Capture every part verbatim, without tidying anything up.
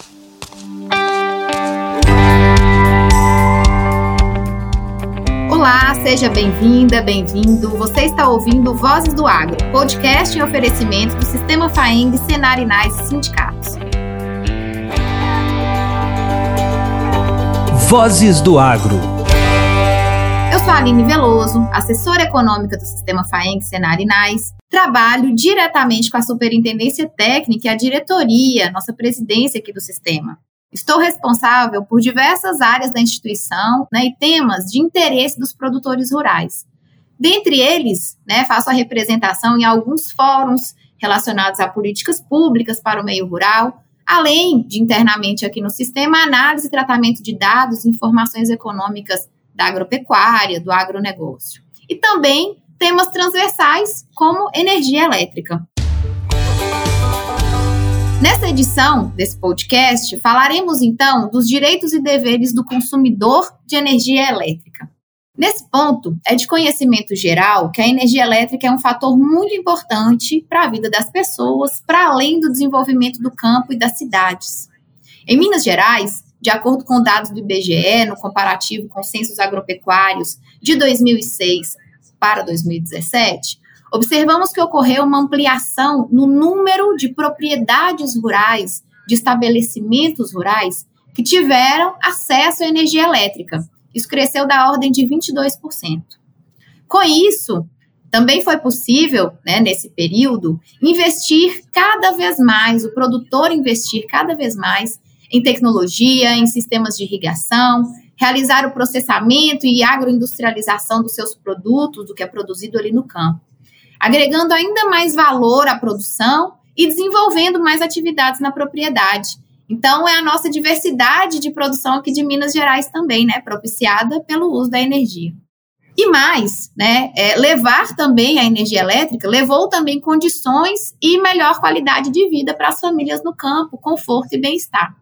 Olá, seja bem-vinda, bem-vindo. Você está ouvindo Vozes do Agro, podcast em oferecimento do Sistema Faeng, Senar, Inais e Sindicatos. Vozes do Agro. Eu sou a Aline Veloso, assessora econômica do Sistema Faeng, Senar, Inais. Trabalho diretamente com a Superintendência Técnica e a diretoria, nossa presidência aqui do sistema. Estou responsável por diversas áreas da instituição, né, e temas de interesse dos produtores rurais. Dentre eles, né, faço a representação em alguns fóruns relacionados a políticas públicas para o meio rural, além de internamente aqui no sistema, análise e tratamento de dados e informações econômicas da agropecuária, do agronegócio. E também temas transversais como energia elétrica. Nessa edição desse podcast, falaremos então dos direitos e deveres do consumidor de energia elétrica. Nesse ponto, é de conhecimento geral que a energia elétrica é um fator muito importante para a vida das pessoas, para além do desenvolvimento do campo e das cidades. Em Minas Gerais, de acordo com dados do I B G E, no comparativo com censos agropecuários de dois mil e seis para dois mil e dezessete, observamos que ocorreu uma ampliação no número de propriedades rurais, de estabelecimentos rurais, que tiveram acesso à energia elétrica. Isso cresceu da ordem de vinte e dois por cento. Com isso, também foi possível, né, nesse período, investir cada vez mais, o produtor investir cada vez mais em tecnologia, em sistemas de irrigação, realizar o processamento e agroindustrialização dos seus produtos, do que é produzido ali no campo, agregando ainda mais valor à produção e desenvolvendo mais atividades na propriedade. Então, é a nossa diversidade de produção aqui de Minas Gerais também, né, propiciada pelo uso da energia. E mais, né, é, levar também a energia elétrica, levou também condições e melhor qualidade de vida para as famílias no campo, conforto e bem-estar.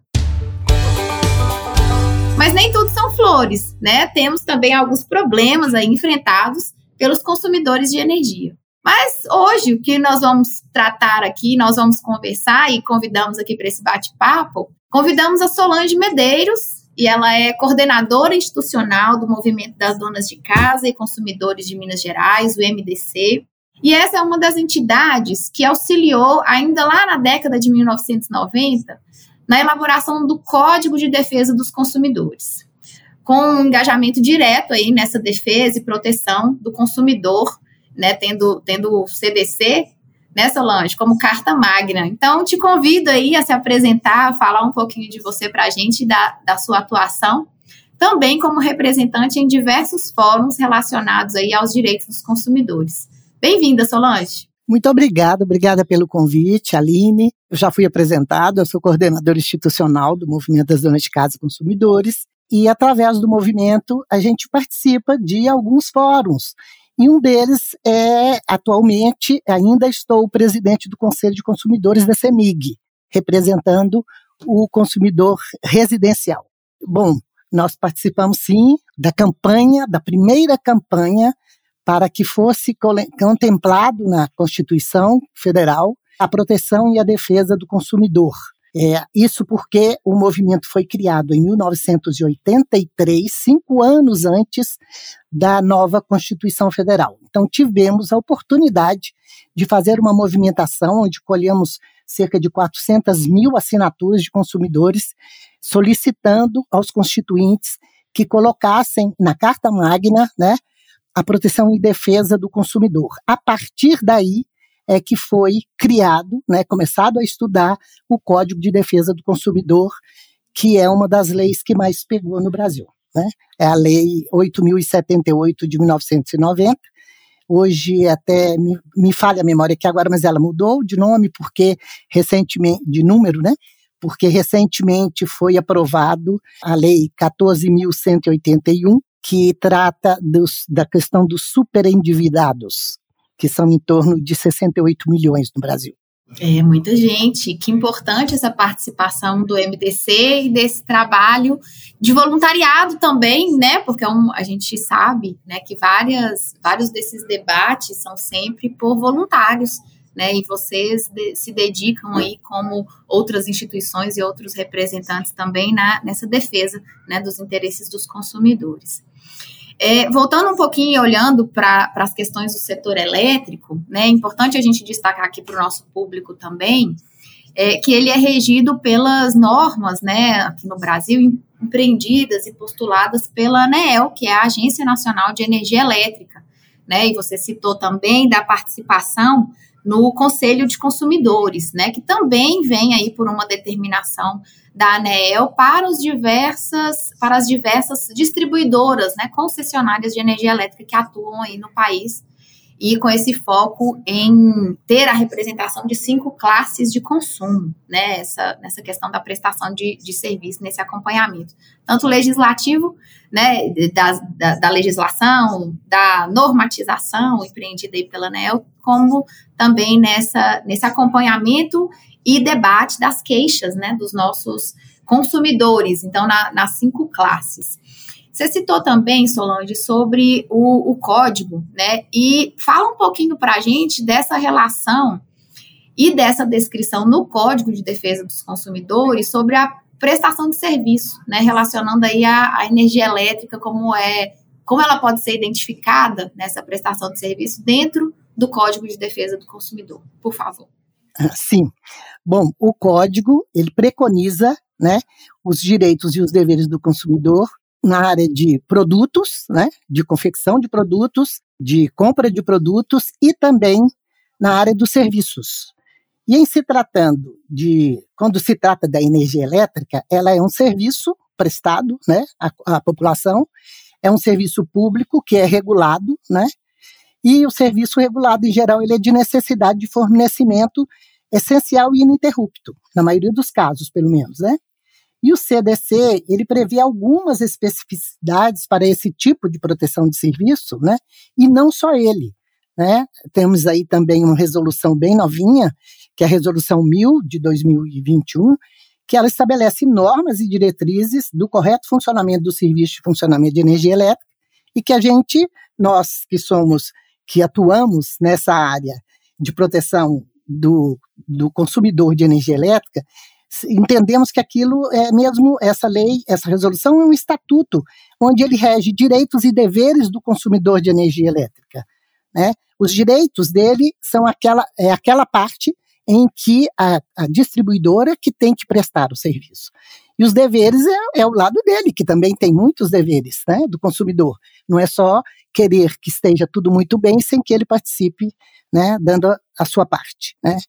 Mas nem tudo são flores, né? Temos também alguns problemas aí enfrentados pelos consumidores de energia. Mas hoje, o que nós vamos tratar aqui, nós vamos conversar e convidamos aqui para esse bate-papo, convidamos a Solange Medeiros, e ela é coordenadora institucional do Movimento das Donas de Casa e Consumidores de Minas Gerais, o M D C, e essa é uma das entidades que auxiliou, ainda lá na década de mil novecentos e noventa, na elaboração do Código de Defesa dos Consumidores, com um engajamento direto aí nessa defesa e proteção do consumidor, né, tendo, tendo o C D C, né, Solange, como carta magna. Então, te convido aí a se apresentar, falar um pouquinho de você para a gente, da, da sua atuação, também como representante em diversos fóruns relacionados aí aos direitos dos consumidores. Bem-vinda, Solange. Muito obrigada, obrigada pelo convite, Aline. Eu já fui apresentada, eu sou coordenadora institucional do Movimento das Donas de Casa e Consumidores, e através do movimento a gente participa de alguns fóruns. E um deles é, atualmente, ainda estou presidente do Conselho de Consumidores da CEMIG, representando o consumidor residencial. Bom, nós participamos sim da campanha, da primeira campanha, para que fosse contemplado na Constituição Federal a proteção e a defesa do consumidor. É, isso porque o movimento foi criado em mil novecentos e oitenta e três, cinco anos antes da nova Constituição Federal. Então, tivemos a oportunidade de fazer uma movimentação onde colhemos cerca de quatrocentas mil assinaturas de consumidores solicitando aos constituintes que colocassem na Carta Magna, né, a proteção e defesa do consumidor. A partir daí, é que foi criado, né, começado a estudar o Código de Defesa do Consumidor, que é uma das leis que mais pegou no Brasil, né? É a Lei oito mil e setenta e oito de mil novecentos e noventa. Hoje até me, me falha a memória aqui agora, mas ela mudou de nome porque recentemente, de número, né? Porque recentemente foi aprovado a Lei quatorze mil cento e oitenta e um, que trata dos, da questão dos superendividados, que são em torno de sessenta e oito milhões no Brasil. É, muita gente. Que importante essa participação do M D C e desse trabalho de voluntariado também, né? Porque é um, a gente sabe, né, que várias, vários desses debates são sempre por voluntários, né, e vocês de, se dedicam aí como outras instituições e outros representantes também na, nessa defesa, né, dos interesses dos consumidores. É, voltando um pouquinho e olhando para as questões do setor elétrico, né, é importante a gente destacar aqui para o nosso público também, é, que ele é regido pelas normas, né, aqui no Brasil, empreendidas e postuladas pela ANEEL, que é a Agência Nacional de Energia Elétrica, né, e você citou também da participação no Conselho de Consumidores, né, que também vem aí por uma determinação da ANEEL para, os diversas, para as diversas distribuidoras, né, concessionárias de energia elétrica que atuam aí no país, e com esse foco em ter a representação de cinco classes de consumo, né, essa, nessa questão da prestação de, de serviço, nesse acompanhamento, tanto legislativo, né, da, da, da legislação, da normatização empreendida aí pela ANEEL, como também nessa, nesse acompanhamento e debate das queixas, né, dos nossos consumidores, então na, nas cinco classes. Você citou também, Solange, sobre o, o código, né? E fala um pouquinho para a gente dessa relação e dessa descrição no Código de Defesa dos Consumidores sobre a prestação de serviço, né? Relacionando aí a, a energia elétrica, como é, como ela pode ser identificada nessa prestação de serviço dentro do Código de Defesa do Consumidor. Por favor. Sim. Bom, o Código, ele preconiza, né, os direitos e os deveres do consumidor na área de produtos, né, de confecção de produtos, de compra de produtos e também na área dos serviços. E em se tratando de, quando se trata da energia elétrica, ela é um serviço prestado, né, à, à população, é um serviço público que é regulado, né, e o serviço regulado, em geral, ele é de necessidade de fornecimento essencial e ininterrupto, na maioria dos casos, pelo menos, né. E o C D C, ele prevê algumas especificidades para esse tipo de proteção de serviço, né? E não só ele, né? Temos aí também uma resolução bem novinha, que é a Resolução mil de dois mil e vinte e um, que ela estabelece normas e diretrizes do correto funcionamento do serviço de funcionamento de energia elétrica e que a gente, nós que somos, que atuamos nessa área de proteção do, do consumidor de energia elétrica, entendemos que aquilo é mesmo, essa lei, essa resolução é um estatuto, onde ele rege direitos e deveres do consumidor de energia elétrica, né? Os direitos dele são aquela, é aquela parte em que a, a distribuidora que tem que prestar o serviço. E os deveres é, é o lado dele, que também tem muitos deveres, né, do consumidor. Não é só querer que esteja tudo muito bem sem que ele participe, né, dando a, a sua parte, né?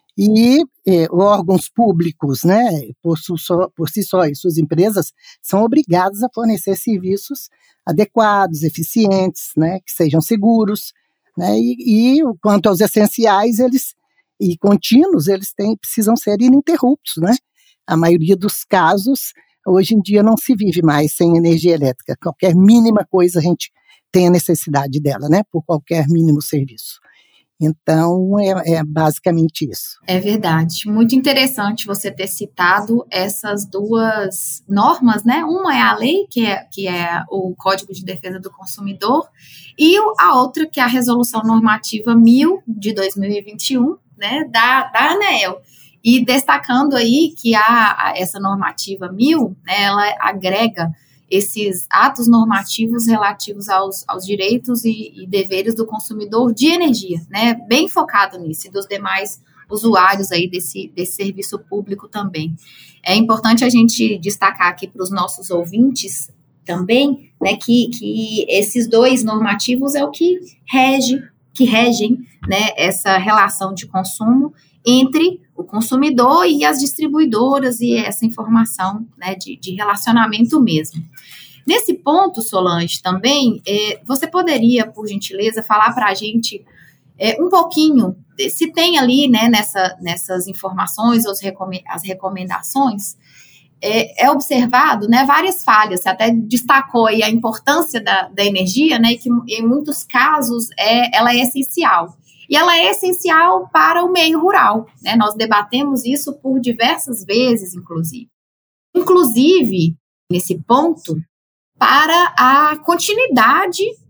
E eh, órgãos públicos, né, por, su, só, por si só, e suas empresas, são obrigados a fornecer serviços adequados, eficientes, né, que sejam seguros, né, e, e quanto aos essenciais eles, e contínuos, eles têm, precisam ser ininterruptos, né. A maioria dos casos, hoje em dia, não se vive mais sem energia elétrica. Qualquer mínima coisa a gente tem a necessidade dela, né, por qualquer mínimo serviço. Então, é, é basicamente isso. É verdade. Muito interessante você ter citado essas duas normas, né? Uma é a lei, que é, que é o Código de Defesa do Consumidor, e a outra, que é a Resolução Normativa mil de dois mil e vinte e um, né? Da, da ANEEL. E destacando aí que a, a, essa normativa mil, né, ela agrega esses atos normativos relativos aos, aos direitos e, e deveres do consumidor de energia, né, bem focado nisso, e dos demais usuários aí desse, desse serviço público também. É importante a gente destacar aqui para os nossos ouvintes também, né, que, que esses dois normativos é o que rege, que regem, né, essa relação de consumo entre o consumidor e as distribuidoras e essa informação, né, de, de relacionamento mesmo. Nesse ponto, Solange, também, é, você poderia, por gentileza, falar para a gente é, um pouquinho, se tem ali, né, nessa, nessas informações, as, recome- as recomendações, é, é observado, né, várias falhas. Você até destacou aí a importância da, da energia, né, que em muitos casos é, ela é essencial. E ela é essencial para o meio rural, né? Nós debatemos isso por diversas vezes, inclusive. Inclusive, nesse ponto, para a continuidade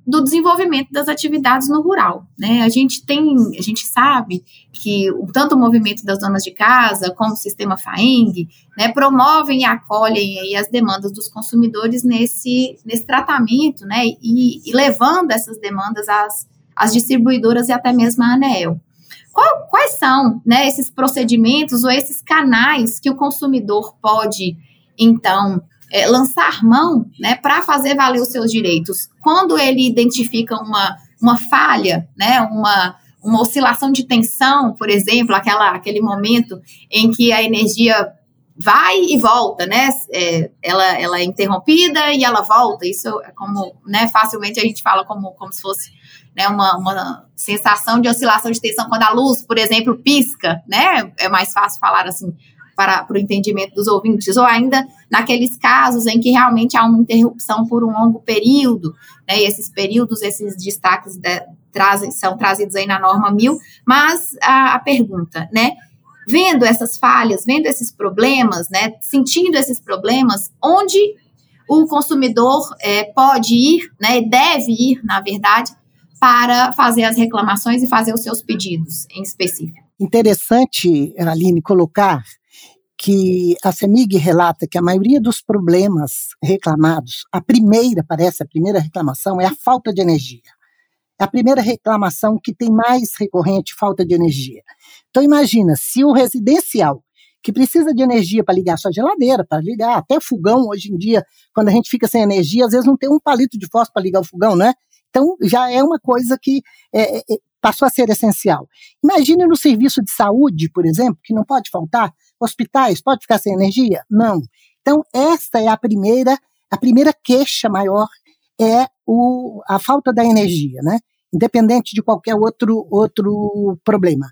do desenvolvimento das atividades no rural, né? A gente tem, a gente sabe que tanto o movimento das donas de casa como o sistema FAENG, né, promovem e acolhem aí as demandas dos consumidores nesse, nesse tratamento, né, e, e levando essas demandas às, às distribuidoras e até mesmo à ANEEL. Qual, quais são, né, esses procedimentos ou esses canais que o consumidor pode, então, É, lançar mão, né, para fazer valer os seus direitos? Quando ele identifica uma, uma falha, né, uma, uma oscilação de tensão, por exemplo, aquela, aquele momento em que a energia vai e volta, né, é, ela, ela é interrompida e ela volta, isso é como, né, facilmente a gente fala como, como se fosse, né, uma, uma sensação de oscilação de tensão quando a luz, por exemplo, pisca, né, é mais fácil falar assim, para, para o entendimento dos ouvintes, ou ainda naqueles casos em que realmente há uma interrupção por um longo período, né, e esses períodos, esses destaques de, trazem, são trazidos aí na norma mil, mas a, a pergunta, né, vendo essas falhas, vendo esses problemas, né, sentindo esses problemas, onde o consumidor é, pode ir, né, deve ir, na verdade, para fazer as reclamações e fazer os seus pedidos em específico? Interessante, Aline, colocar que a CEMIG relata que a maioria dos problemas reclamados, a primeira, parece, a primeira reclamação é a falta de energia. É a primeira reclamação que tem mais recorrente falta de energia. Então imagina, se o residencial, que precisa de energia para ligar sua geladeira, para ligar até fogão, hoje em dia, quando a gente fica sem energia, às vezes não tem um palito de fósforo para ligar o fogão, né? Então já é uma coisa que é, é, passou a ser essencial. Imagine no serviço de saúde, por exemplo, que não pode faltar. Hospitais, pode ficar sem energia? Não. Então, esta é a primeira, a primeira queixa maior, é o, a falta da energia, né? Independente de qualquer outro, outro problema.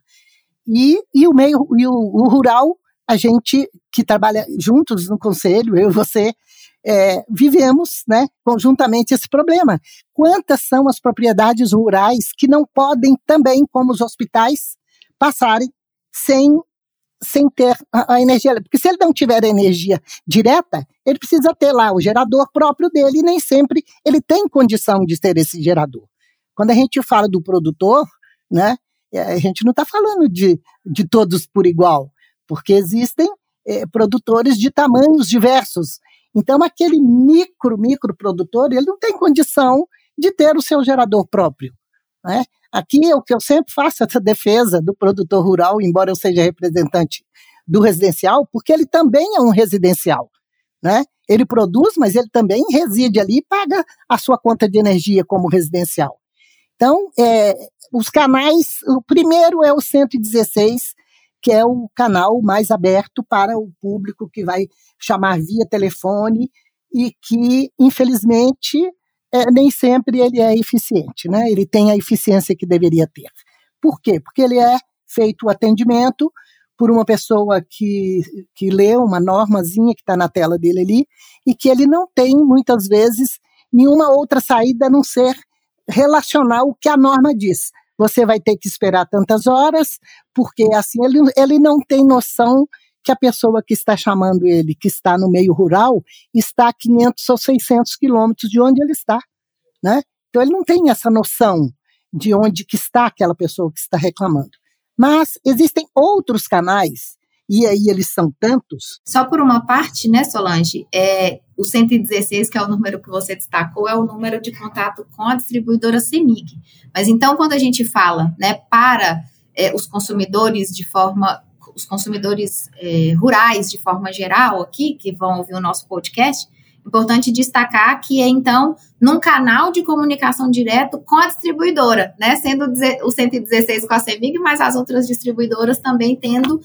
E, e, o meio, e o, o rural, a gente que trabalha juntos no conselho, eu e você, é, vivemos, né, conjuntamente esse problema. Quantas são as propriedades rurais que não podem também, como os hospitais, passarem sem sem ter a, a energia, porque se ele não tiver energia direta, ele precisa ter lá o gerador próprio dele e nem sempre ele tem condição de ter esse gerador. Quando a gente fala do produtor, né, a gente não está falando de, de todos por igual, porque existem é, produtores de tamanhos diversos. Então, aquele micro, micro produtor, ele não tem condição de ter o seu gerador próprio, né? Aqui é o que eu sempre faço, essa defesa do produtor rural, embora eu seja representante do residencial, porque ele também é um residencial, né? Ele produz, mas ele também reside ali e paga a sua conta de energia como residencial. Então, é, os canais, o primeiro é o cento e dezesseis, que é o canal mais aberto para o público que vai chamar via telefone e que, infelizmente, É, nem sempre ele é eficiente, né? Ele tem a eficiência que deveria ter. Por quê? Porque ele é feito o atendimento por uma pessoa que, que lê uma normazinha que está na tela dele ali e que ele não tem, muitas vezes, nenhuma outra saída a não ser relacionar o que a norma diz. Você vai ter que esperar tantas horas, porque assim ele, ele não tem noção que a pessoa que está chamando ele, que está no meio rural, está a quinhentos ou seiscentos quilômetros de onde ele está, né? Então ele não tem essa noção de onde que está aquela pessoa que está reclamando. Mas existem outros canais, e aí eles são tantos. Só por uma parte, né, Solange, é, o cento e dezesseis, que é o número que você destacou, é o número de contato com a distribuidora CEMIG. Mas então, quando a gente fala, né, para é, os consumidores de forma... os consumidores eh, rurais de forma geral aqui, que vão ouvir o nosso podcast, importante destacar que é, então, num canal de comunicação direto com a distribuidora, né, sendo o cento e dezesseis com a CEMIG, mas as outras distribuidoras também tendo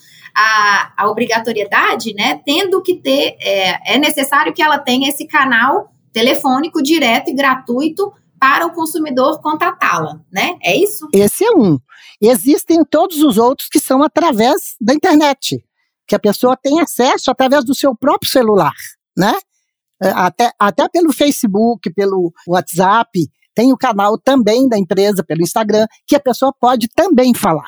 a, a obrigatoriedade, né, tendo que ter, é, é necessário que ela tenha esse canal telefônico direto e gratuito para o consumidor contatá-la, né? É isso? Esse é um. Existem todos os outros que são através da internet, que a pessoa tem acesso através do seu próprio celular, né? Até, até pelo Facebook, pelo WhatsApp, tem o canal também da empresa, pelo Instagram, que a pessoa pode também falar.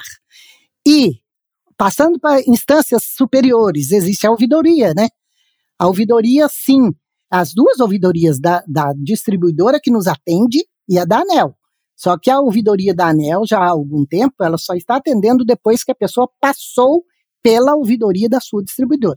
E, passando para instâncias superiores, existe a ouvidoria, né? A ouvidoria, sim, as duas ouvidorias da, da distribuidora que nos atende, e a da ANEEL. Só que a ouvidoria da ANEEL, já há algum tempo, ela só está atendendo depois que a pessoa passou pela ouvidoria da sua distribuidora,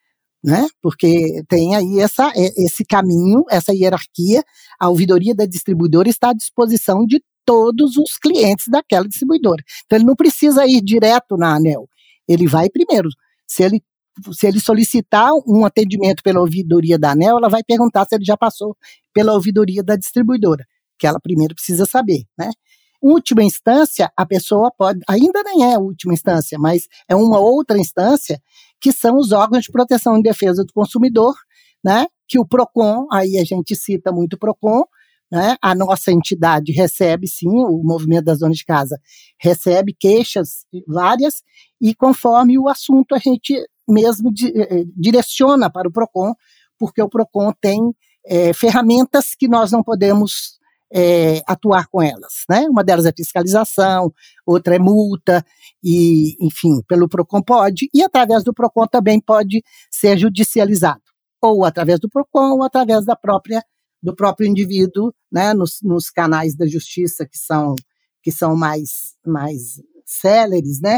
né? Porque tem aí essa, esse caminho, essa hierarquia. A ouvidoria da distribuidora está à disposição de todos os clientes daquela distribuidora. Então, ele não precisa ir direto na ANEEL. Ele vai primeiro. Se ele, se ele solicitar um atendimento pela ouvidoria da ANEEL, ela vai perguntar se ele já passou pela ouvidoria da distribuidora, que ela primeiro precisa saber, né? Última instância, a pessoa pode, ainda nem é a última instância, mas é uma outra instância, que são os órgãos de proteção e defesa do consumidor, né? Que o PROCON, aí a gente cita muito o PROCON, né? A nossa entidade recebe, sim, o Movimento das Donas de Casa recebe queixas várias, e conforme o assunto a gente mesmo di, eh, direciona para o PROCON, porque o PROCON tem eh, ferramentas que nós não podemos É, atuar com elas, né? Uma delas é fiscalização, outra é multa, e, enfim, pelo PROCON pode, e através do PROCON também pode ser judicializado, ou através do PROCON, ou através da própria, do próprio indivíduo, né? Nos, nos canais da justiça que são, que são mais, mais céleres, né?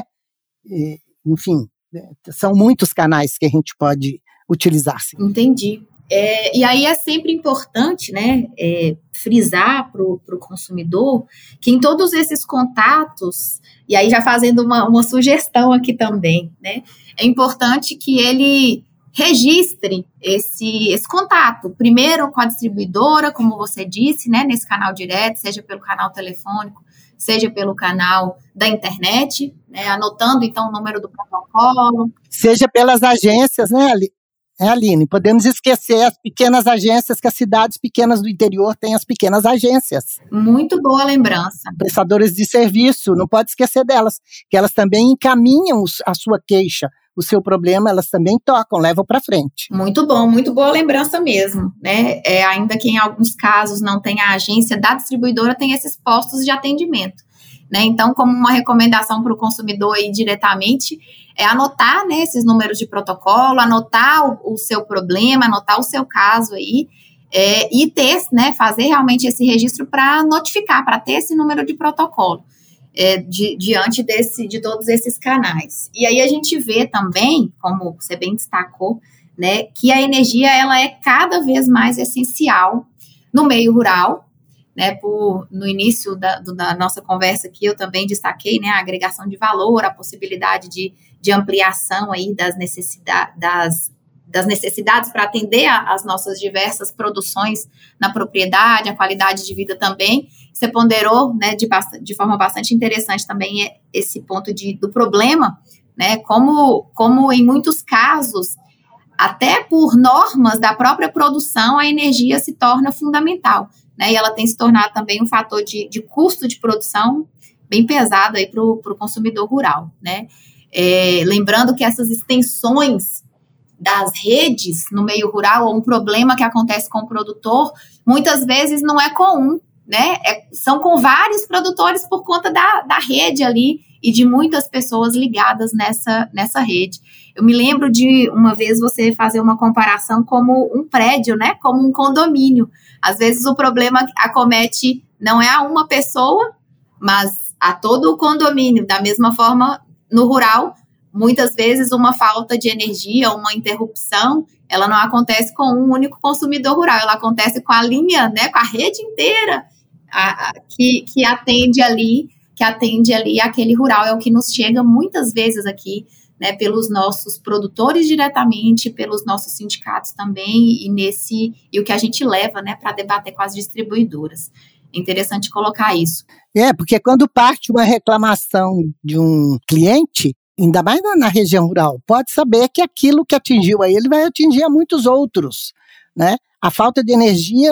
E, enfim, são muitos canais que a gente pode utilizar. Sim. Entendi. É, e aí é sempre importante, né, é, frisar para o consumidor que em todos esses contatos, e aí já fazendo uma, uma sugestão aqui também, né, é importante que ele registre esse, esse contato, primeiro com a distribuidora, como você disse, né, nesse canal direto, seja pelo canal telefônico, seja pelo canal da internet, né, anotando então o número do protocolo. Seja pelas agências, né, Ali? É, Aline, podemos esquecer as pequenas agências, que as cidades pequenas do interior têm as pequenas agências. Muito boa lembrança. Prestadores de serviço, não pode esquecer delas, que elas também encaminham a sua queixa, o seu problema, elas também tocam, levam para frente. Muito bom, muito boa lembrança mesmo, né? É, ainda que em alguns casos não tenha a agência da distribuidora, tem esses postos de atendimento, né? Então, como uma recomendação para o consumidor aí diretamente, é anotar, né, esses números de protocolo, anotar o, o seu problema, anotar o seu caso aí, é, e ter, né, fazer realmente esse registro para notificar, para ter esse número de protocolo, é, de, diante desse, de todos esses canais. E aí a gente vê também, como você bem destacou, né, que a energia ela é cada vez mais essencial no meio rural, né, por, no início da, do, da nossa conversa aqui, eu também destaquei, né, a agregação de valor, a possibilidade de, de ampliação aí das, necessidade, das, das necessidades para atender a, as nossas diversas produções na propriedade, a qualidade de vida também. Você ponderou, né, de, de forma bastante interessante também esse ponto de, do problema, né, como, como em muitos casos, até por normas da própria produção, a energia se torna fundamental, né, e ela tem se tornado também um fator de, de custo de produção bem pesado aí para o consumidor rural, né. É, lembrando que essas extensões das redes no meio rural, ou um problema que acontece com o produtor, muitas vezes não é comum, né, é, são com vários produtores por conta da, da rede ali e de muitas pessoas ligadas nessa, nessa rede. Eu me lembro de uma vez você fazer uma comparação como um prédio, né, como um condomínio. Às vezes o problema acomete não é a uma pessoa, mas a todo o condomínio. Da mesma forma, no rural, muitas vezes uma falta de energia, uma interrupção, ela não acontece com um único consumidor rural, ela acontece com a linha, né, com a rede inteira a, a, que, que atende ali, que atende ali aquele rural. É o que nos chega muitas vezes aqui, né, pelos nossos produtores diretamente, pelos nossos sindicatos também, e nesse e o que a gente leva, né, para debater com as distribuidoras. É interessante colocar isso. É, porque quando parte uma reclamação de um cliente, ainda mais na, na região rural, pode saber que aquilo que atingiu a ele vai atingir a muitos outros, né? A falta de energia,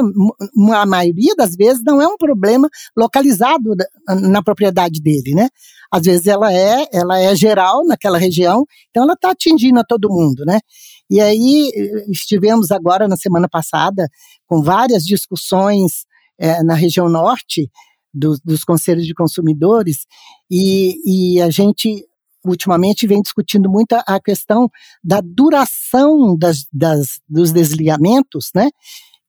a maioria das vezes, não é um problema localizado na propriedade dele, né? Às vezes ela é, ela é geral naquela região, então ela está atingindo a todo mundo, né? E aí estivemos agora na semana passada com várias discussões é, na região norte do, dos conselhos de consumidores, e, e a gente ultimamente vem discutindo muito a questão da duração das, das, dos desligamentos, né?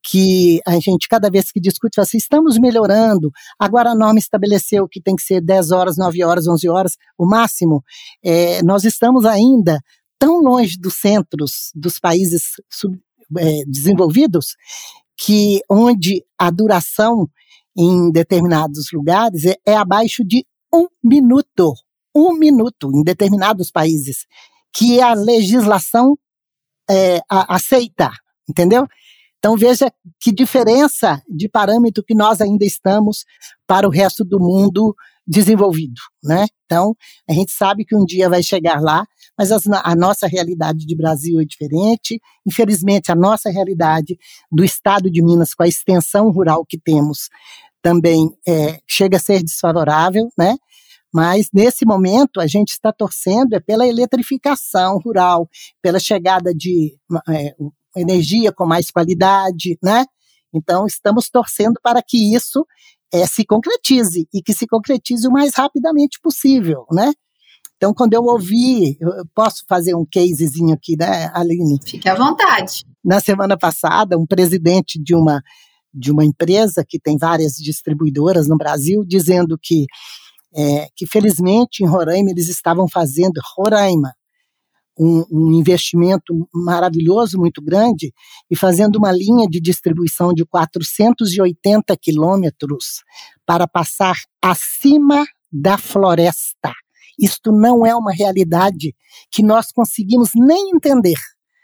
que a gente, cada vez que discute, fala assim, estamos melhorando, agora a norma estabeleceu que tem que ser dez horas, nove horas, onze horas, o máximo. É, nós estamos ainda tão longe dos centros dos países sub, é, desenvolvidos, que onde a duração em determinados lugares é, é abaixo de um minuto, um minuto em determinados países, que a legislação é, a, aceita, entendeu? Então veja que diferença de parâmetro que nós ainda estamos para o resto do mundo desenvolvido, né? Então a gente sabe que um dia vai chegar lá, mas as, a nossa realidade de Brasil é diferente. Infelizmente, a nossa realidade do estado de Minas, com a extensão rural que temos, também é, chega a ser desfavorável, né? Mas, nesse momento, a gente está torcendo é pela eletrificação rural, pela chegada de é, energia com mais qualidade, né? Então, estamos torcendo para que isso é, se concretize, e que se concretize o mais rapidamente possível, né? Então, quando eu ouvi, eu posso fazer um casezinho aqui, né, Aline? Fique à vontade. Na semana passada, um presidente de uma, de uma empresa que tem várias distribuidoras no Brasil, dizendo que, é, que felizmente em Roraima eles estavam fazendo, Roraima, um, um investimento maravilhoso, muito grande, e fazendo uma linha de distribuição de quatrocentos e oitenta quilômetros para passar acima da floresta. Isto não é uma realidade que nós conseguimos nem entender.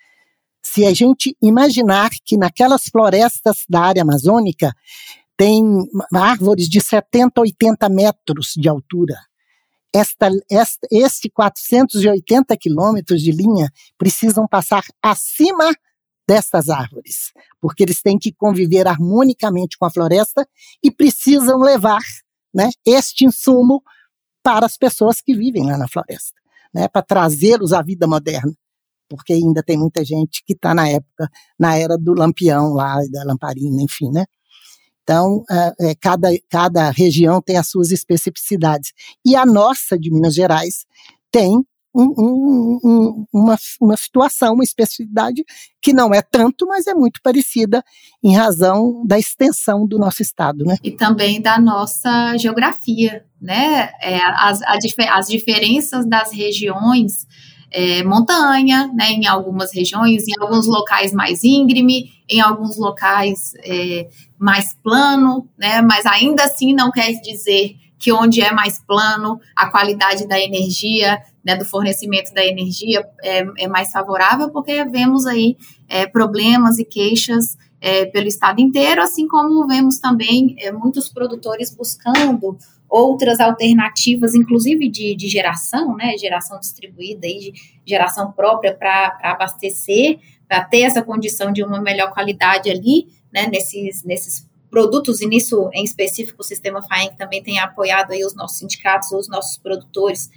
Se a gente imaginar que naquelas florestas da área amazônica tem árvores de setenta, oitenta metros de altura, esta, esta, este quatrocentos e oitenta quilômetros de linha precisam passar acima destas árvores, porque eles têm que conviver harmonicamente com a floresta e precisam levar, né, este insumo para as pessoas que vivem lá na floresta, né, para trazê-los à vida moderna, porque ainda tem muita gente que está na época, na era do lampião lá, da lamparina, enfim, né. Então, é, cada, cada região tem as suas especificidades, e a nossa, de Minas Gerais, tem um, um, um, uma, uma situação, uma especificidade que não é tanto, mas é muito parecida em razão da extensão do nosso estado, né? E também da nossa geografia, né? É, as, a, as diferenças das regiões, é, montanha, né? Em algumas regiões, em alguns locais mais íngreme, em alguns locais é, mais plano, né? Mas ainda assim não quer dizer que onde é mais plano, a qualidade da energia, né, do fornecimento da energia é, é mais favorável, porque vemos aí é, problemas e queixas é, pelo estado inteiro, assim como vemos também é, muitos produtores buscando outras alternativas, inclusive de, de geração, né, geração distribuída, e de geração própria para abastecer, para ter essa condição de uma melhor qualidade ali, né, nesses, nesses produtos, e nisso em específico o Sistema FAENG também tem apoiado aí os nossos sindicatos, os nossos produtores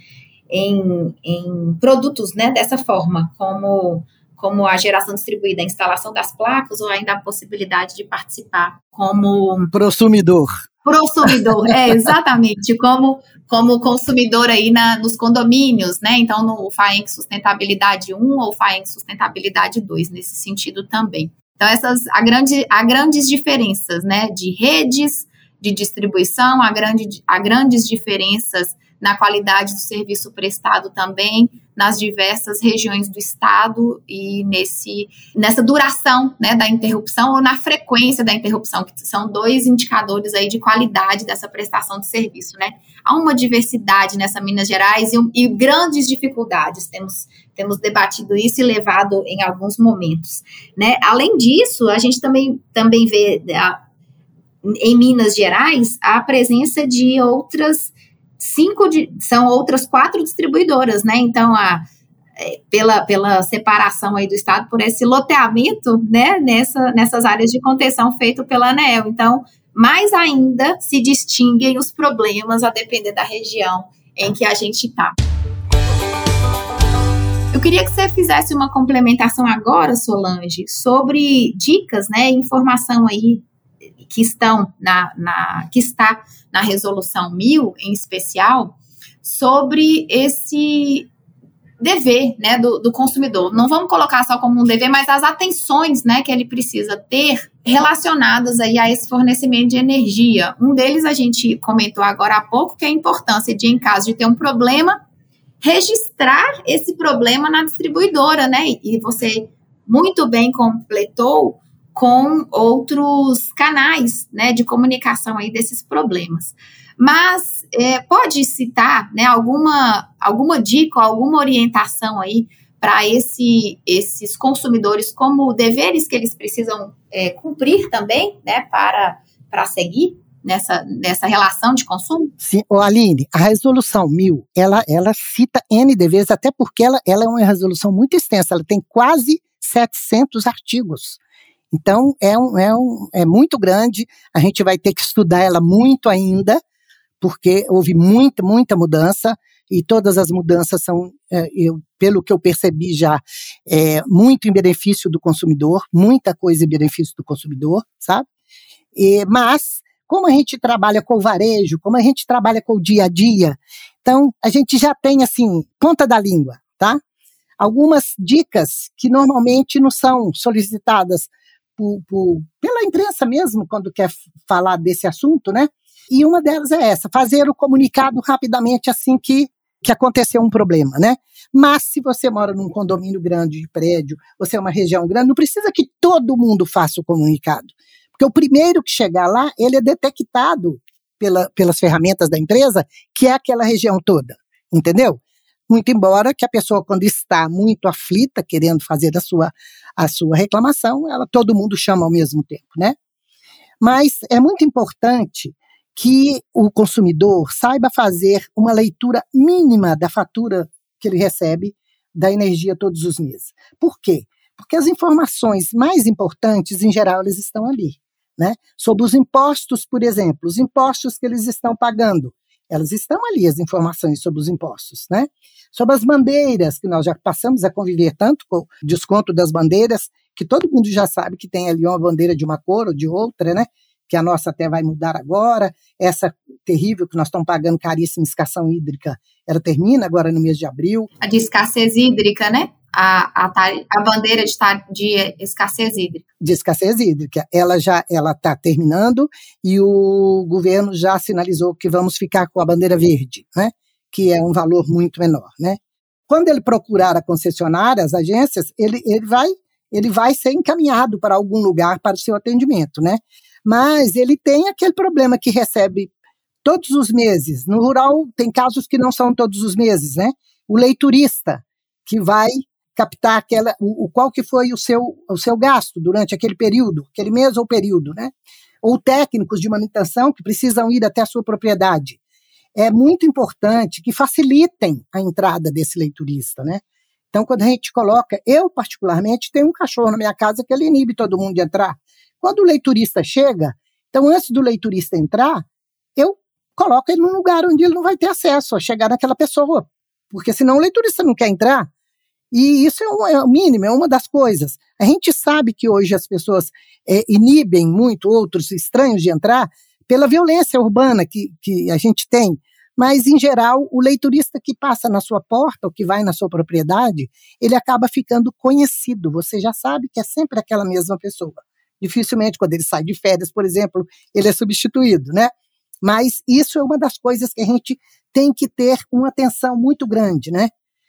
em, em produtos, né, dessa forma, como, como a geração distribuída, a instalação das placas, ou ainda a possibilidade de participar como prosumidor. Prosumidor, é, exatamente, como, como consumidor aí na, nos condomínios, né, então no FAENG Sustentabilidade um ou FAENG Sustentabilidade dois, nesse sentido também. Então, essas, há, grande, há grandes diferenças, né, de redes de distribuição, há, grande, há grandes diferenças na qualidade do serviço prestado também, nas diversas regiões do estado e nesse, nessa duração, né, da interrupção ou na frequência da interrupção, que são dois indicadores aí de qualidade dessa prestação de serviço, né. Há uma diversidade nessa Minas Gerais e, e grandes dificuldades, temos, temos debatido isso e levado em alguns momentos, né. Além disso, a gente também, também vê a, em Minas Gerais a presença de outras Cinco de, são outras quatro distribuidoras, né? Então, a, é, pela, pela separação aí do estado, por esse loteamento, né? Nessa, nessas áreas de contenção feito pela ANEEL. Então, mais ainda se distinguem os problemas a depender da região em que a gente está. Eu queria que você fizesse uma complementação agora, Solange, sobre dicas, né? Informação aí que estão na, na, que está na resolução mil, em especial, sobre esse dever, né, do, do consumidor. Não vamos colocar só como um dever, mas as atenções, né, que ele precisa ter relacionados aí a esse fornecimento de energia. Um deles a gente comentou agora há pouco, que é a importância de, em caso de ter um problema, registrar esse problema na distribuidora, né? E você muito bem completou com outros canais, né, de comunicação aí desses problemas. Mas é, pode citar, né, alguma, alguma dica, alguma orientação aí para esse, esses consumidores, como deveres que eles precisam é, cumprir também, né, para, para seguir nessa, nessa relação de consumo? Sim, ô Aline, a resolução mil, ela, ela cita N deveres, até porque ela, ela é uma resolução muito extensa, ela tem quase setecentos artigos. Então, é, um, é, um, é muito grande, a gente vai ter que estudar ela muito ainda, porque houve muita, muita mudança, e todas as mudanças são, é, eu, pelo que eu percebi já, é, muito em benefício do consumidor, muita coisa em benefício do consumidor, sabe? E, mas, como a gente trabalha com o varejo, como a gente trabalha com o dia a dia, então a gente já tem, assim, ponta da língua, tá? Algumas dicas que normalmente não são solicitadas por, por, pela imprensa mesmo, quando quer falar desse assunto, né? E uma delas é essa, fazer o comunicado rapidamente assim que, que aconteceu um problema, né? Mas se você mora num condomínio grande de prédio, você é uma região grande, não precisa que todo mundo faça o comunicado. Porque o primeiro que chegar lá, ele é detectado pela, pelas ferramentas da empresa, que é aquela região toda, entendeu? Muito embora que a pessoa, quando está muito aflita, querendo fazer a sua, a sua reclamação, ela, todo mundo chama ao mesmo tempo, né? Mas é muito importante que o consumidor saiba fazer uma leitura mínima da fatura que ele recebe da energia todos os meses. Por quê? Porque as informações mais importantes, em geral, eles estão ali, né? Sobre os impostos, por exemplo, os impostos que eles estão pagando, elas estão ali, as informações sobre os impostos, né? Sobre as bandeiras, que nós já passamos a conviver tanto com o desconto das bandeiras, que todo mundo já sabe que tem ali uma bandeira de uma cor ou de outra, né? Que a nossa até vai mudar agora, essa terrível que nós estamos pagando caríssima escassão hídrica, ela termina agora no mês de abril. A de escassez hídrica, né? A, a, a bandeira de, de escassez hídrica. De escassez hídrica, ela já ela está terminando e o governo já sinalizou que vamos ficar com a bandeira verde, né? Que é um valor muito menor, né? Quando ele procurar a concessionária, as agências, ele, ele, vai, ele vai ser encaminhado para algum lugar para o seu atendimento, né? Mas ele tem aquele problema que recebe todos os meses. No rural, tem casos que não são todos os meses, né? O leiturista, que vai captar aquela, o, o qual que foi o seu, o seu gasto durante aquele período, aquele mês ou período, né? Ou técnicos de manutenção que precisam ir até a sua propriedade. É muito importante que facilitem a entrada desse leiturista, né? Então, quando a gente coloca, eu particularmente tenho um cachorro na minha casa que ele inibe todo mundo de entrar. Quando o leiturista chega, então antes do leiturista entrar, eu coloco ele num lugar onde ele não vai ter acesso a chegar naquela pessoa, porque senão o leiturista não quer entrar. E isso é, um, é o mínimo, é uma das coisas. A gente sabe que hoje as pessoas é, inibem muito outros estranhos de entrar pela violência urbana que, que a gente tem, mas, em geral, o leiturista que passa na sua porta ou que vai na sua propriedade, ele acaba ficando conhecido, você já sabe que é sempre aquela mesma pessoa. Dificilmente, quando ele sai de férias, por exemplo, ele é substituído, né? Mas isso é uma das coisas que a gente tem que ter uma atenção muito grande, né?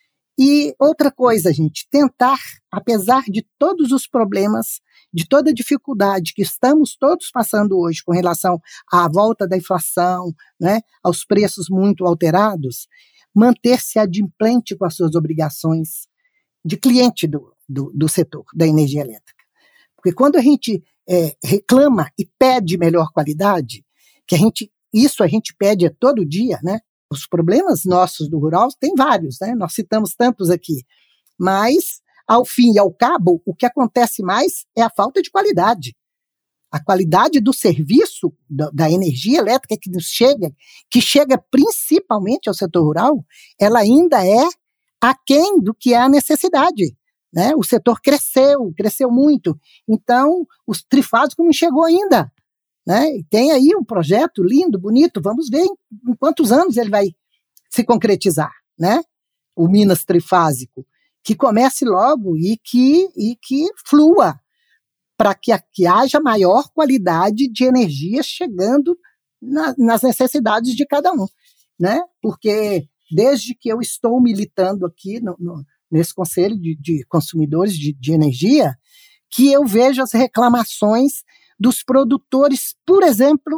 E outra coisa, gente, tentar, apesar de todos os problemas, de toda a dificuldade que estamos todos passando hoje com relação à volta da inflação, né, aos preços muito alterados, manter-se adimplente com as suas obrigações de cliente do, do, do setor da energia elétrica. Porque quando a gente é, reclama e pede melhor qualidade, que a gente, isso a gente pede todo dia, né? Os problemas nossos do rural tem vários, né? Nós citamos tantos aqui. Mas, ao fim e ao cabo, o que acontece mais é a falta de qualidade. A qualidade do serviço da, da energia elétrica que nos chega, que chega principalmente ao setor rural, ela ainda é aquém do que é a necessidade. Né? O setor cresceu, cresceu muito. Então, o trifásico não chegou ainda. Né? E tem aí um projeto lindo, bonito, vamos ver em, em quantos anos ele vai se concretizar, né? O Minas trifásico, que comece logo e que, e que flua para que, que haja maior qualidade de energia chegando na, nas necessidades de cada um, né? Porque desde que eu estou militando aqui no, no, nesse Conselho de, de Consumidores de, de Energia, que eu vejo as reclamações dos produtores, por exemplo,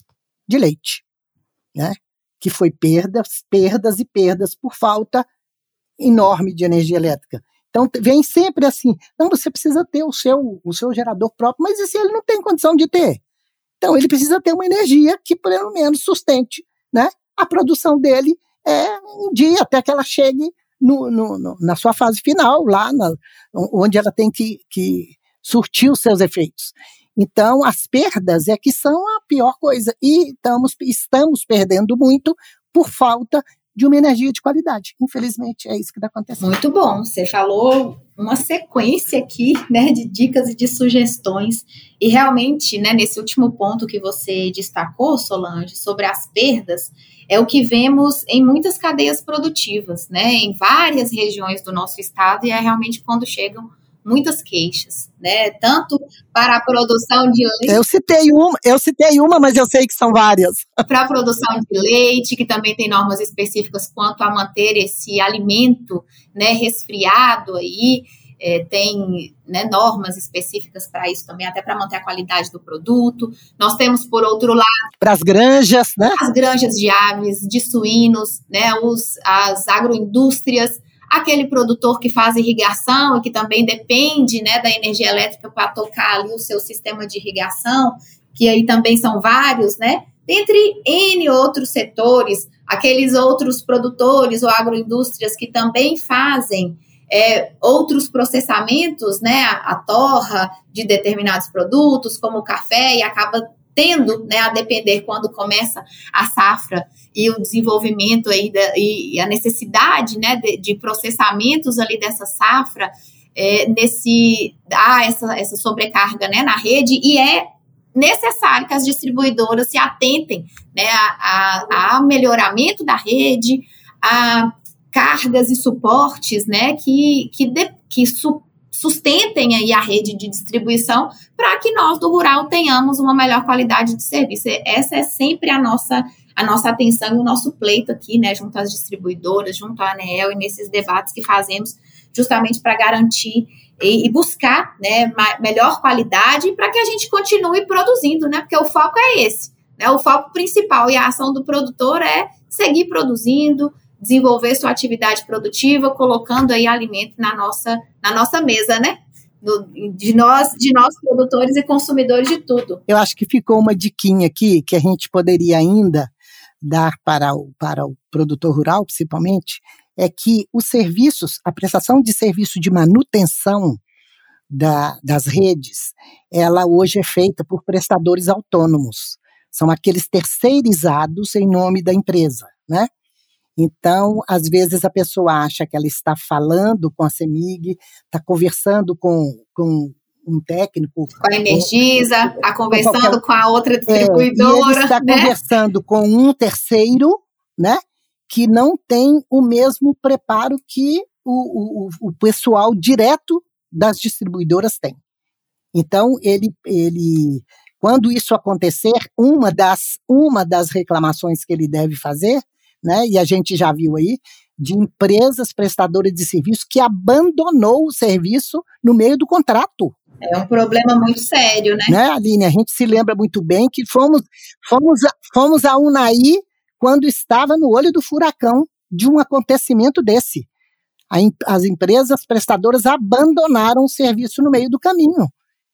de leite, né? Que foi perdas, perdas e perdas por falta enorme de energia elétrica. Então, vem sempre assim, não, você precisa ter o seu, o seu gerador próprio, mas e se ele não tem condição de ter? Então, ele precisa ter uma energia que, pelo menos, sustente, né, a produção dele é, um dia, até que ela chegue no, no, no, na sua fase final, lá na, onde ela tem que, que surtir os seus efeitos. Então, as perdas é que são a pior coisa. E estamos, estamos perdendo muito por falta de uma energia de qualidade. Infelizmente, é isso que está acontecendo. Muito bom. Você falou uma sequência aqui, né, de dicas e de sugestões. E realmente, né, nesse último ponto que você destacou, Solange, sobre as perdas, é o que vemos em muitas cadeias produtivas, né, em várias regiões do nosso estado, e é realmente quando chegam muitas queixas, né? Tanto para a produção de leite. Eu citei uma, eu citei uma, mas eu sei que são várias. Para a produção de leite, que também tem normas específicas quanto a manter esse alimento, né, resfriado aí. É, tem, né, normas específicas para isso também, até para manter a qualidade do produto. Nós temos, por outro lado, para as granjas, né? As granjas de aves, de suínos, né, os, as agroindústrias, aquele produtor que faz irrigação e que também depende, né, da energia elétrica para tocar ali o seu sistema de irrigação, que aí também são vários, né, dentre N outros setores, aqueles outros produtores ou agroindústrias que também fazem é, outros processamentos, né, a, a torra de determinados produtos, como o café, e acaba tendo, né, a depender quando começa a safra e o desenvolvimento aí da, e a necessidade, né, de, de processamentos ali dessa safra, é, nesse, dá essa, essa sobrecarga, né, na rede, e é necessário que as distribuidoras se atentem, né, a, a, a melhoramento da rede, a cargas e suportes, né, que, que, de, que su, sustentem aí a rede de distribuição para que nós do rural tenhamos uma melhor qualidade de serviço. Essa é sempre a nossa, a nossa atenção e o nosso pleito aqui, né, junto às distribuidoras, junto à ANEEL e nesses debates que fazemos justamente para garantir e, e buscar, né, ma- melhor qualidade para que a gente continue produzindo, né, porque o foco é esse, né, o foco principal e a ação do produtor é seguir produzindo, desenvolver sua atividade produtiva, colocando aí alimento na nossa, na nossa mesa, né? No, de, nós, de nós, produtores e consumidores de tudo. Eu acho que ficou uma diquinha aqui que a gente poderia ainda dar para o, para o produtor rural, principalmente, é que os serviços, a prestação de serviço de manutenção da, das redes, ela hoje é feita por prestadores autônomos. São aqueles terceirizados em nome da empresa, né? Então, às vezes a pessoa acha que ela está falando com a CEMIG, está conversando com, com um técnico. Com a Energisa, está conversando qualquer, com a outra distribuidora. É, e ele está né? conversando com um terceiro, né, que não tem o mesmo preparo que o, o, o pessoal direto das distribuidoras tem. Então, ele, ele, quando isso acontecer, uma das, uma das reclamações que ele deve fazer, né, e a gente já viu aí, de empresas prestadoras de serviço que abandonou o serviço no meio do contrato. É um problema muito sério, né? Né, Aline? A gente se lembra muito bem que fomos, fomos, fomos a Unai quando estava no olho do furacão de um acontecimento desse. A, as empresas prestadoras abandonaram o serviço no meio do caminho.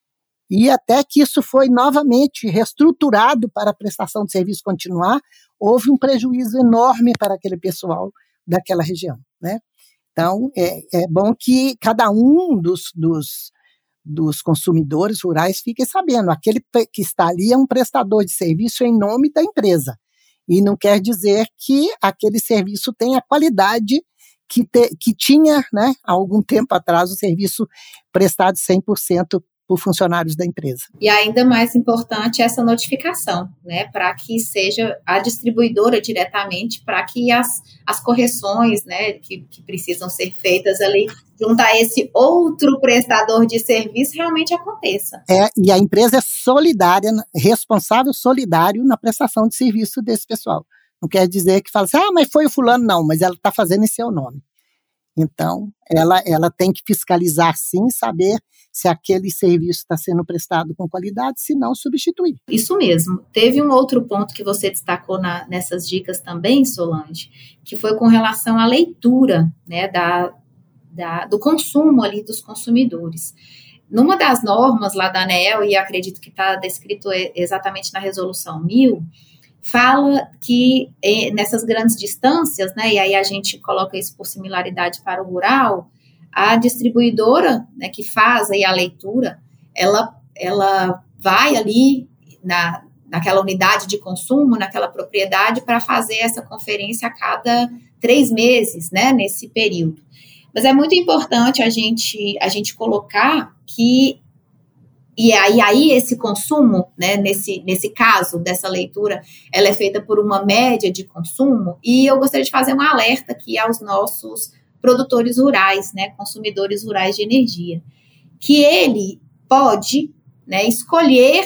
E até que isso foi novamente reestruturado para a prestação de serviço continuar, houve um prejuízo enorme para aquele pessoal daquela região, né? Então, é, é bom que cada um dos, dos, dos consumidores rurais fique sabendo, aquele que está ali é um prestador de serviço em nome da empresa, e não quer dizer que aquele serviço tenha a qualidade que, te, que tinha, né, há algum tempo atrás, o serviço prestado cem por cento por funcionários da empresa. E ainda mais importante essa notificação, né, para que seja a distribuidora diretamente, para que as, as correções, né, que, que precisam ser feitas ali, junto a esse outro prestador de serviço, realmente aconteça. É, e a empresa é solidária, responsável solidário na prestação de serviço desse pessoal. Não quer dizer que fala assim, ah, mas foi o fulano, não, mas ela está fazendo em seu nome. Então, ela, ela tem que fiscalizar sim, saber se aquele serviço está sendo prestado com qualidade, se não, substituir. Isso mesmo. Teve um outro ponto que você destacou na, nessas dicas também, Solange, que foi com relação à leitura, né, da, da, do consumo ali dos consumidores. Numa das normas lá da ANEEL, e acredito que está descrito exatamente na resolução mil, fala que eh, nessas grandes distâncias, né, e aí a gente coloca isso por similaridade para o rural, a distribuidora, né, que faz aí a leitura, ela, ela vai ali na, naquela unidade de consumo, naquela propriedade, para fazer essa conferência a cada três meses, né, nesse período. Mas é muito importante a gente, a gente colocar que E aí, aí esse consumo, né, nesse, nesse caso dessa leitura, ela é feita por uma média de consumo, e eu gostaria de fazer um alerta aqui aos nossos produtores rurais, né, consumidores rurais de energia, que ele pode, né, escolher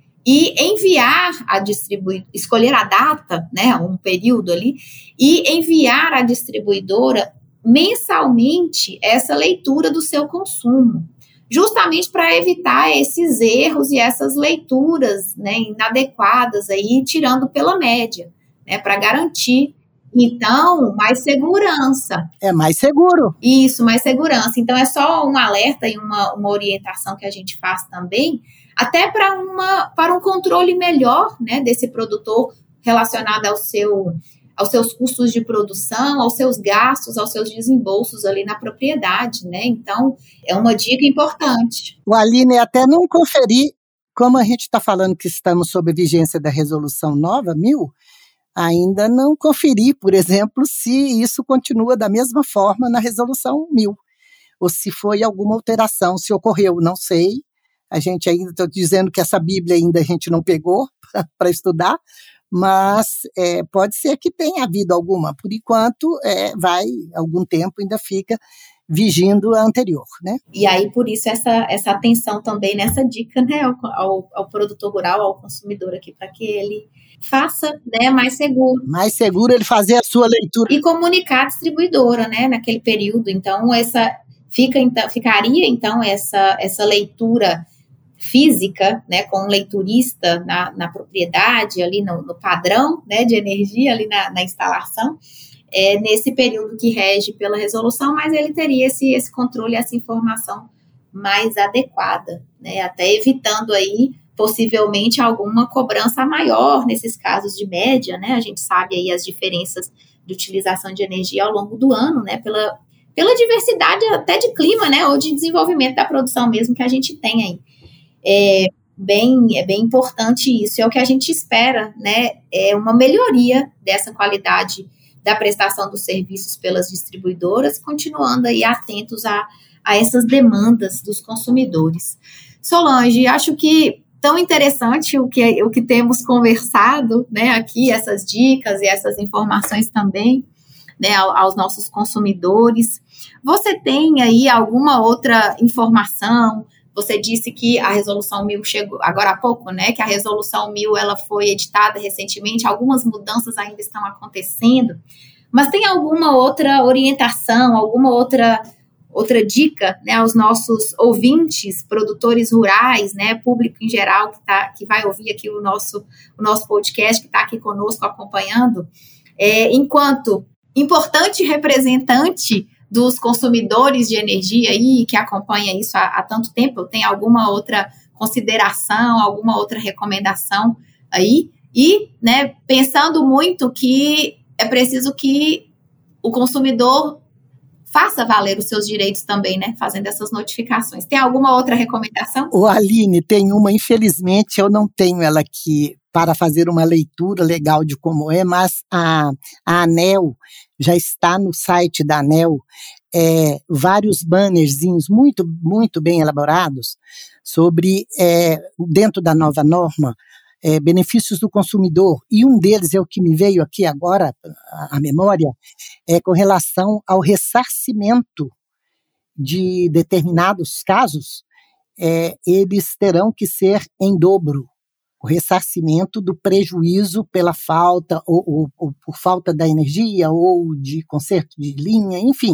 e enviar a distribuidora, escolher a data, né, um período ali, e enviar à distribuidora mensalmente essa leitura do seu consumo, justamente para evitar esses erros e essas leituras, né, inadequadas, aí, tirando pela média, né, para garantir, então, mais segurança. É mais seguro. Isso, mais segurança. Então, é só um alerta e uma, uma orientação que a gente faz também, até para uma para um controle melhor, né, desse produtor relacionado ao seu... aos seus custos de produção, aos seus gastos, aos seus desembolsos ali na propriedade, né? Então, é uma dica importante. O Aline, até não conferir, como a gente está falando que estamos sob a vigência da resolução nova, mil, ainda não conferi, por exemplo, se isso continua da mesma forma na resolução mil, ou se foi alguma alteração, se ocorreu, não sei. A gente ainda, estou dizendo que essa Bíblia ainda a gente não pegou para estudar, mas é, pode ser que tenha havido alguma. Por enquanto, é, vai, algum tempo ainda fica vigindo a anterior, né? E aí, por isso, essa, essa atenção também nessa dica, né, ao, ao, ao produtor rural, ao consumidor aqui, para que ele faça, né, mais seguro. Mais seguro ele fazer a sua leitura. E comunicar a distribuidora, né, naquele período. Então, essa, fica, então ficaria, então, essa, essa leitura física, né, com um leiturista na, na propriedade, ali no, no padrão, né, de energia, ali na, na instalação, é, nesse período que rege pela resolução, mas ele teria esse, esse controle, essa informação mais adequada, né, até evitando aí, possivelmente, alguma cobrança maior nesses casos de média, né, a gente sabe aí as diferenças de utilização de energia ao longo do ano, né, pela, pela diversidade até de clima, né, ou de desenvolvimento da produção mesmo que a gente tem aí. É bem, é bem importante isso, é o que a gente espera, né, é uma melhoria dessa qualidade da prestação dos serviços pelas distribuidoras, continuando aí atentos a, a essas demandas dos consumidores. Solange, acho que tão interessante o que, o que temos conversado, né, aqui, essas dicas e essas informações também, né, aos nossos consumidores. Você tem aí alguma outra informação? Você disse que a resolução mil chegou agora há pouco, né? Que a resolução mil ela foi editada recentemente, algumas mudanças ainda estão acontecendo, mas tem alguma outra orientação, alguma outra, outra dica, né, aos nossos ouvintes, produtores rurais, né, público em geral que, tá, que vai ouvir aqui o nosso, o nosso podcast, que está aqui conosco acompanhando, é, enquanto importante representante dos consumidores de energia aí, que acompanha isso há, há tanto tempo, tem alguma outra consideração, alguma outra recomendação aí? E, né, pensando muito que é preciso que o consumidor faça valer os seus direitos também, né, fazendo essas notificações. Tem alguma outra recomendação? O Aline, tem uma, infelizmente eu não tenho ela aqui para fazer uma leitura legal de como é, mas a, a ANEEL já está no site da ANEEL é, vários bannerzinhos muito, muito bem elaborados sobre, é, dentro da nova norma, é, benefícios do consumidor, e um deles é o que me veio aqui agora à memória, é com relação ao ressarcimento de determinados casos, é, eles terão que ser em dobro. O ressarcimento do prejuízo pela falta, ou, ou, ou por falta da energia, ou de conserto de linha, enfim.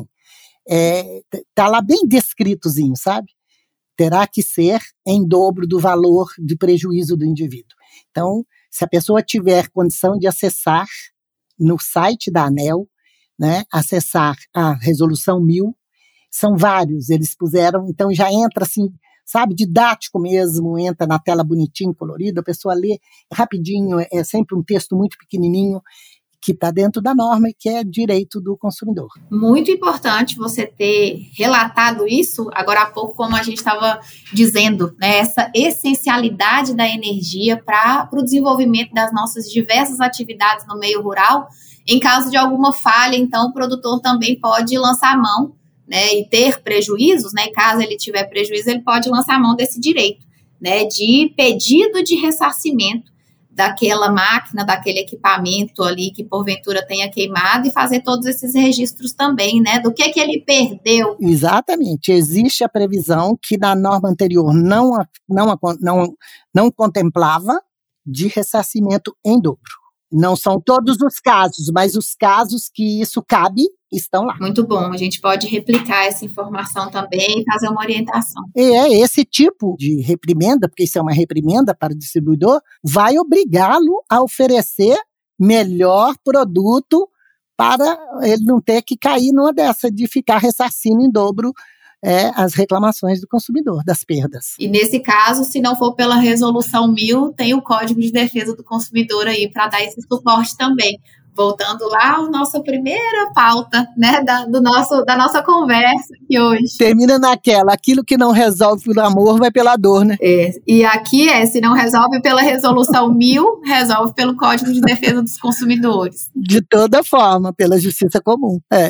Está é, lá bem descritozinho, sabe? Terá que ser em dobro do valor de prejuízo do indivíduo. Então, se a pessoa tiver condição de acessar no site da ANEEL, né, acessar a resolução mil, são vários, eles puseram, então já entra assim, sabe, didático mesmo, entra na tela bonitinho, colorido, a pessoa lê rapidinho, é sempre um texto muito pequenininho, que está dentro da norma e que é direito do consumidor. Muito importante você ter relatado isso, agora há pouco, como a gente estava dizendo, né, essa essencialidade da energia para o desenvolvimento das nossas diversas atividades no meio rural. Em caso de alguma falha, então, o produtor também pode lançar mão, né, e ter prejuízos, né, caso ele tiver prejuízo, ele pode lançar mão desse direito, né, de pedido de ressarcimento daquela máquina, daquele equipamento ali que porventura tenha queimado e fazer todos esses registros também, né, do que que ele perdeu. Exatamente, existe a previsão que na norma anterior não, não, não, não contemplava de ressarcimento em dobro. Não são todos os casos, mas os casos que isso cabe estão lá. Muito bom, a gente pode replicar essa informação também e fazer uma orientação. E é esse tipo de reprimenda, porque isso é uma reprimenda para o distribuidor, vai obrigá-lo a oferecer melhor produto para ele não ter que cair numa dessa de ficar ressarcindo em dobro é, as reclamações do consumidor, das perdas. E nesse caso, se não for pela resolução mil, tem o Código de Defesa do Consumidor aí para dar esse suporte também. Voltando lá à nossa primeira pauta, né, da, do nosso, da nossa conversa aqui hoje. Termina naquela, aquilo que não resolve pelo amor vai pela dor, né? É, e aqui é, se não resolve pela resolução mil, resolve pelo Código de Defesa dos Consumidores. De toda forma, pela justiça comum, é.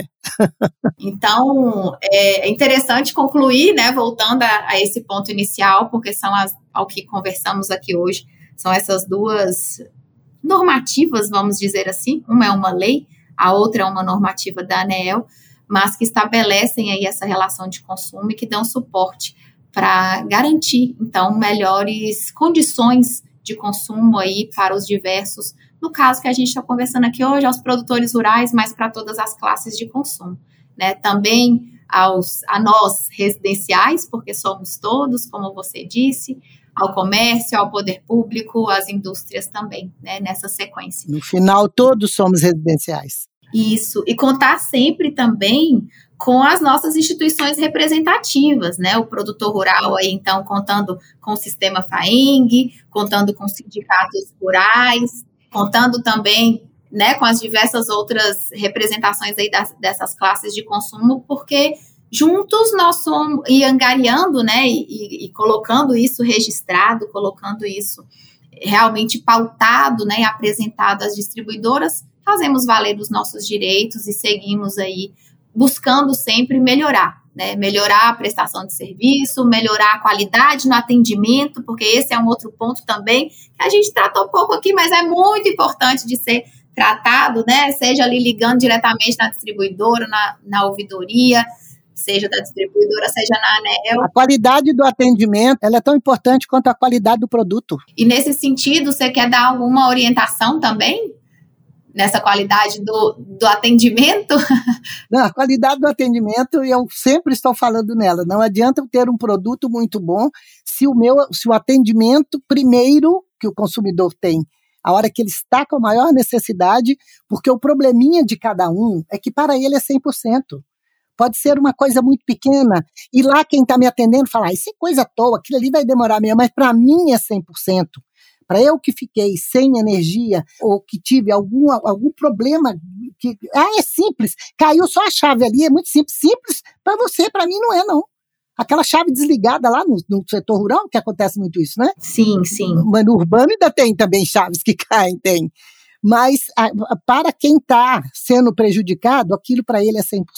Então, é interessante concluir, né, voltando a, a esse ponto inicial, porque são as, ao que conversamos aqui hoje, são essas duas normativas, vamos dizer assim, uma é uma lei, a outra é uma normativa da ANEEL, mas que estabelecem aí essa relação de consumo e que dão suporte para garantir, então, melhores condições de consumo aí para os diversos, no caso que a gente está conversando aqui hoje, aos produtores rurais, mas para todas as classes de consumo, né? Também aos, a nós residenciais, porque somos todos, como você disse, ao comércio, ao poder público, às indústrias também, né, nessa sequência. No final, todos somos residenciais. Isso, e contar sempre também com as nossas instituições representativas, né, o produtor rural aí, então, contando com o sistema FAENG, contando com sindicatos rurais, contando também, né, com as diversas outras representações aí das, dessas classes de consumo, porque juntos nós somos, e angariando, né, e, e colocando isso registrado, colocando isso realmente pautado, né, e apresentado às distribuidoras, fazemos valer os nossos direitos e seguimos aí buscando sempre melhorar, né, melhorar a prestação de serviço, melhorar a qualidade no atendimento, porque esse é um outro ponto também que a gente tratou pouco aqui, mas é muito importante de ser tratado, né, seja ali ligando diretamente na distribuidora, na, na ouvidoria, seja da distribuidora, seja na ANEEL. A qualidade do atendimento, ela é tão importante quanto a qualidade do produto. E nesse sentido, você quer dar alguma orientação também? Nessa qualidade do, do atendimento? Não, a qualidade do atendimento, eu sempre estou falando nela. Não adianta eu ter um produto muito bom se o, meu, se o atendimento primeiro que o consumidor tem, a hora que ele está com a maior necessidade, porque o probleminha de cada um é que para ele é cem por cento. Pode ser uma coisa muito pequena, e lá quem está me atendendo fala, ah, isso é coisa à toa, aquilo ali vai demorar mesmo, mas para mim é cem por cento. Para eu que fiquei sem energia, ou que tive algum, algum problema, que, ah, é simples, caiu só a chave ali, é muito simples, simples para você, para mim não é não. Aquela chave desligada lá no, no setor rural, que acontece muito isso, né? Sim, sim. Mas no urbano ainda tem também chaves que caem, tem. Mas a, a, para quem está sendo prejudicado, aquilo para ele é cem por cento.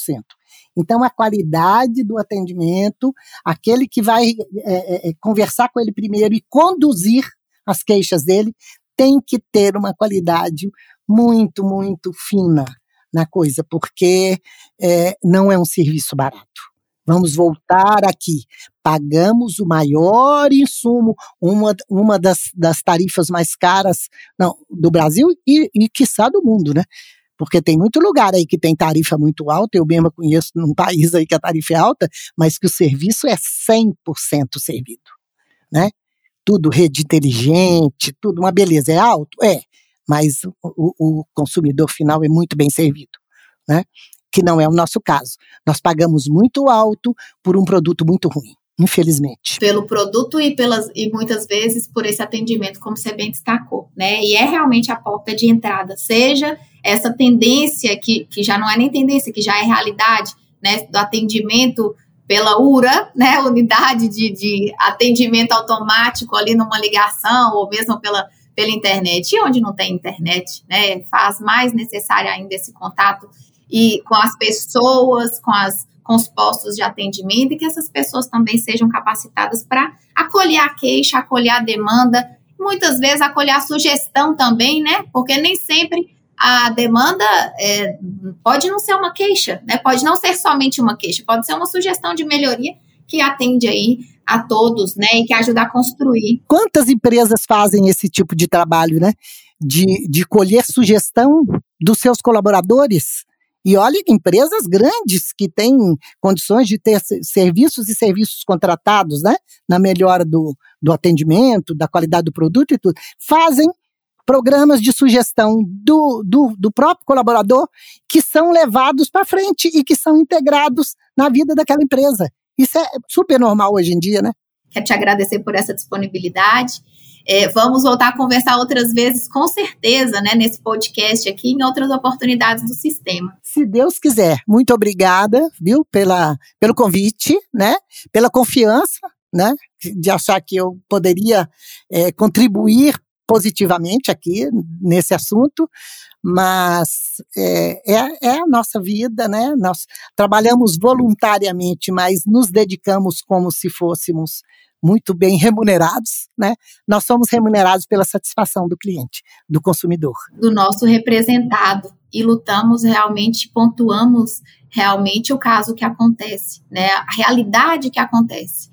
Então, a qualidade do atendimento, aquele que vai é, é, conversar com ele primeiro e conduzir as queixas dele, tem que ter uma qualidade muito, muito fina na coisa, porque é, não é um serviço barato. Vamos voltar aqui. Pagamos o maior insumo, uma, uma das, das tarifas mais caras não, do Brasil e, e, quiçá, do mundo, né? Porque tem muito lugar aí que tem tarifa muito alta, eu mesma conheço num país aí que a tarifa é alta, mas que o serviço é cem por cento servido, né? Tudo rede inteligente, tudo uma beleza. É alto? É, mas o, o consumidor final é muito bem servido, né? Que não é o nosso caso. Nós pagamos muito alto por um produto muito ruim, infelizmente. Pelo produto e, pelas, e muitas vezes por esse atendimento, como você bem destacou, né? E é realmente a porta de entrada, seja essa tendência que, que já não é nem tendência, que já é realidade, né? Do atendimento pela U R A, né? Unidade de, de atendimento automático ali numa ligação, ou mesmo pela, pela internet. E onde não tem internet, né? Faz mais necessário ainda esse contato e com as pessoas, com, as, com os postos de atendimento, e que essas pessoas também sejam capacitadas para acolher a queixa, acolher a demanda, muitas vezes acolher a sugestão também, né? Porque nem sempre a demanda é, pode não ser uma queixa, né? Pode não ser somente uma queixa, pode ser uma sugestão de melhoria que atende aí a todos, né? E que ajuda a construir. Quantas empresas fazem esse tipo de trabalho, né? De, de colher sugestão dos seus colaboradores? E olha, empresas grandes que têm condições de ter serviços e serviços contratados, né, na melhora do, do atendimento, da qualidade do produto e tudo, fazem programas de sugestão do, do, do próprio colaborador que são levados para frente e que são integrados na vida daquela empresa. Isso é super normal hoje em dia, né? Quero te agradecer por essa disponibilidade. É, vamos voltar a conversar outras vezes, com certeza, né, nesse podcast aqui, em outras oportunidades do sistema. Se Deus quiser. Muito obrigada, viu, pela, pelo convite, né, pela confiança, né, de achar que eu poderia é, contribuir positivamente aqui nesse assunto, mas é, é, é a nossa vida, né, nós trabalhamos voluntariamente, mas nos dedicamos como se fôssemos muito bem remunerados, né? Nós somos remunerados pela satisfação do cliente, do consumidor. Do nosso representado, e lutamos realmente, pontuamos realmente o caso que acontece, né? A realidade que acontece,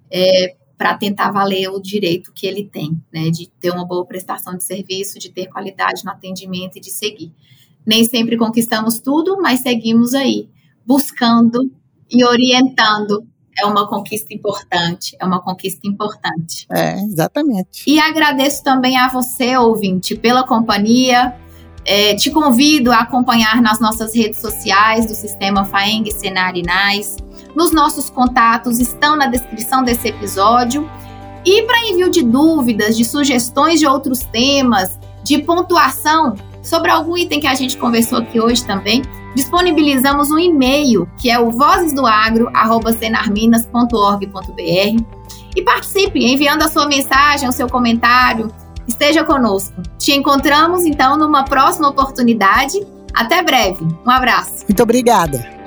é, para tentar valer o direito que ele tem, né? De ter uma boa prestação de serviço, de ter qualidade no atendimento e de seguir. Nem sempre conquistamos tudo, mas seguimos aí, buscando e orientando. É uma conquista importante, é uma conquista importante. É, exatamente. E agradeço também a você, ouvinte, pela companhia. É, te convido a acompanhar nas nossas redes sociais do Sistema Faeng, Senar e Nais. Nos nossos contatos estão na descrição desse episódio. E para envio de dúvidas, de sugestões de outros temas, de pontuação sobre algum item que a gente conversou aqui hoje também, disponibilizamos um e-mail, que é o vozes do agro arroba senarminas ponto org ponto br, e participe enviando a sua mensagem, o seu comentário, esteja conosco. Te encontramos, então, numa próxima oportunidade. Até breve. Um abraço. Muito obrigada.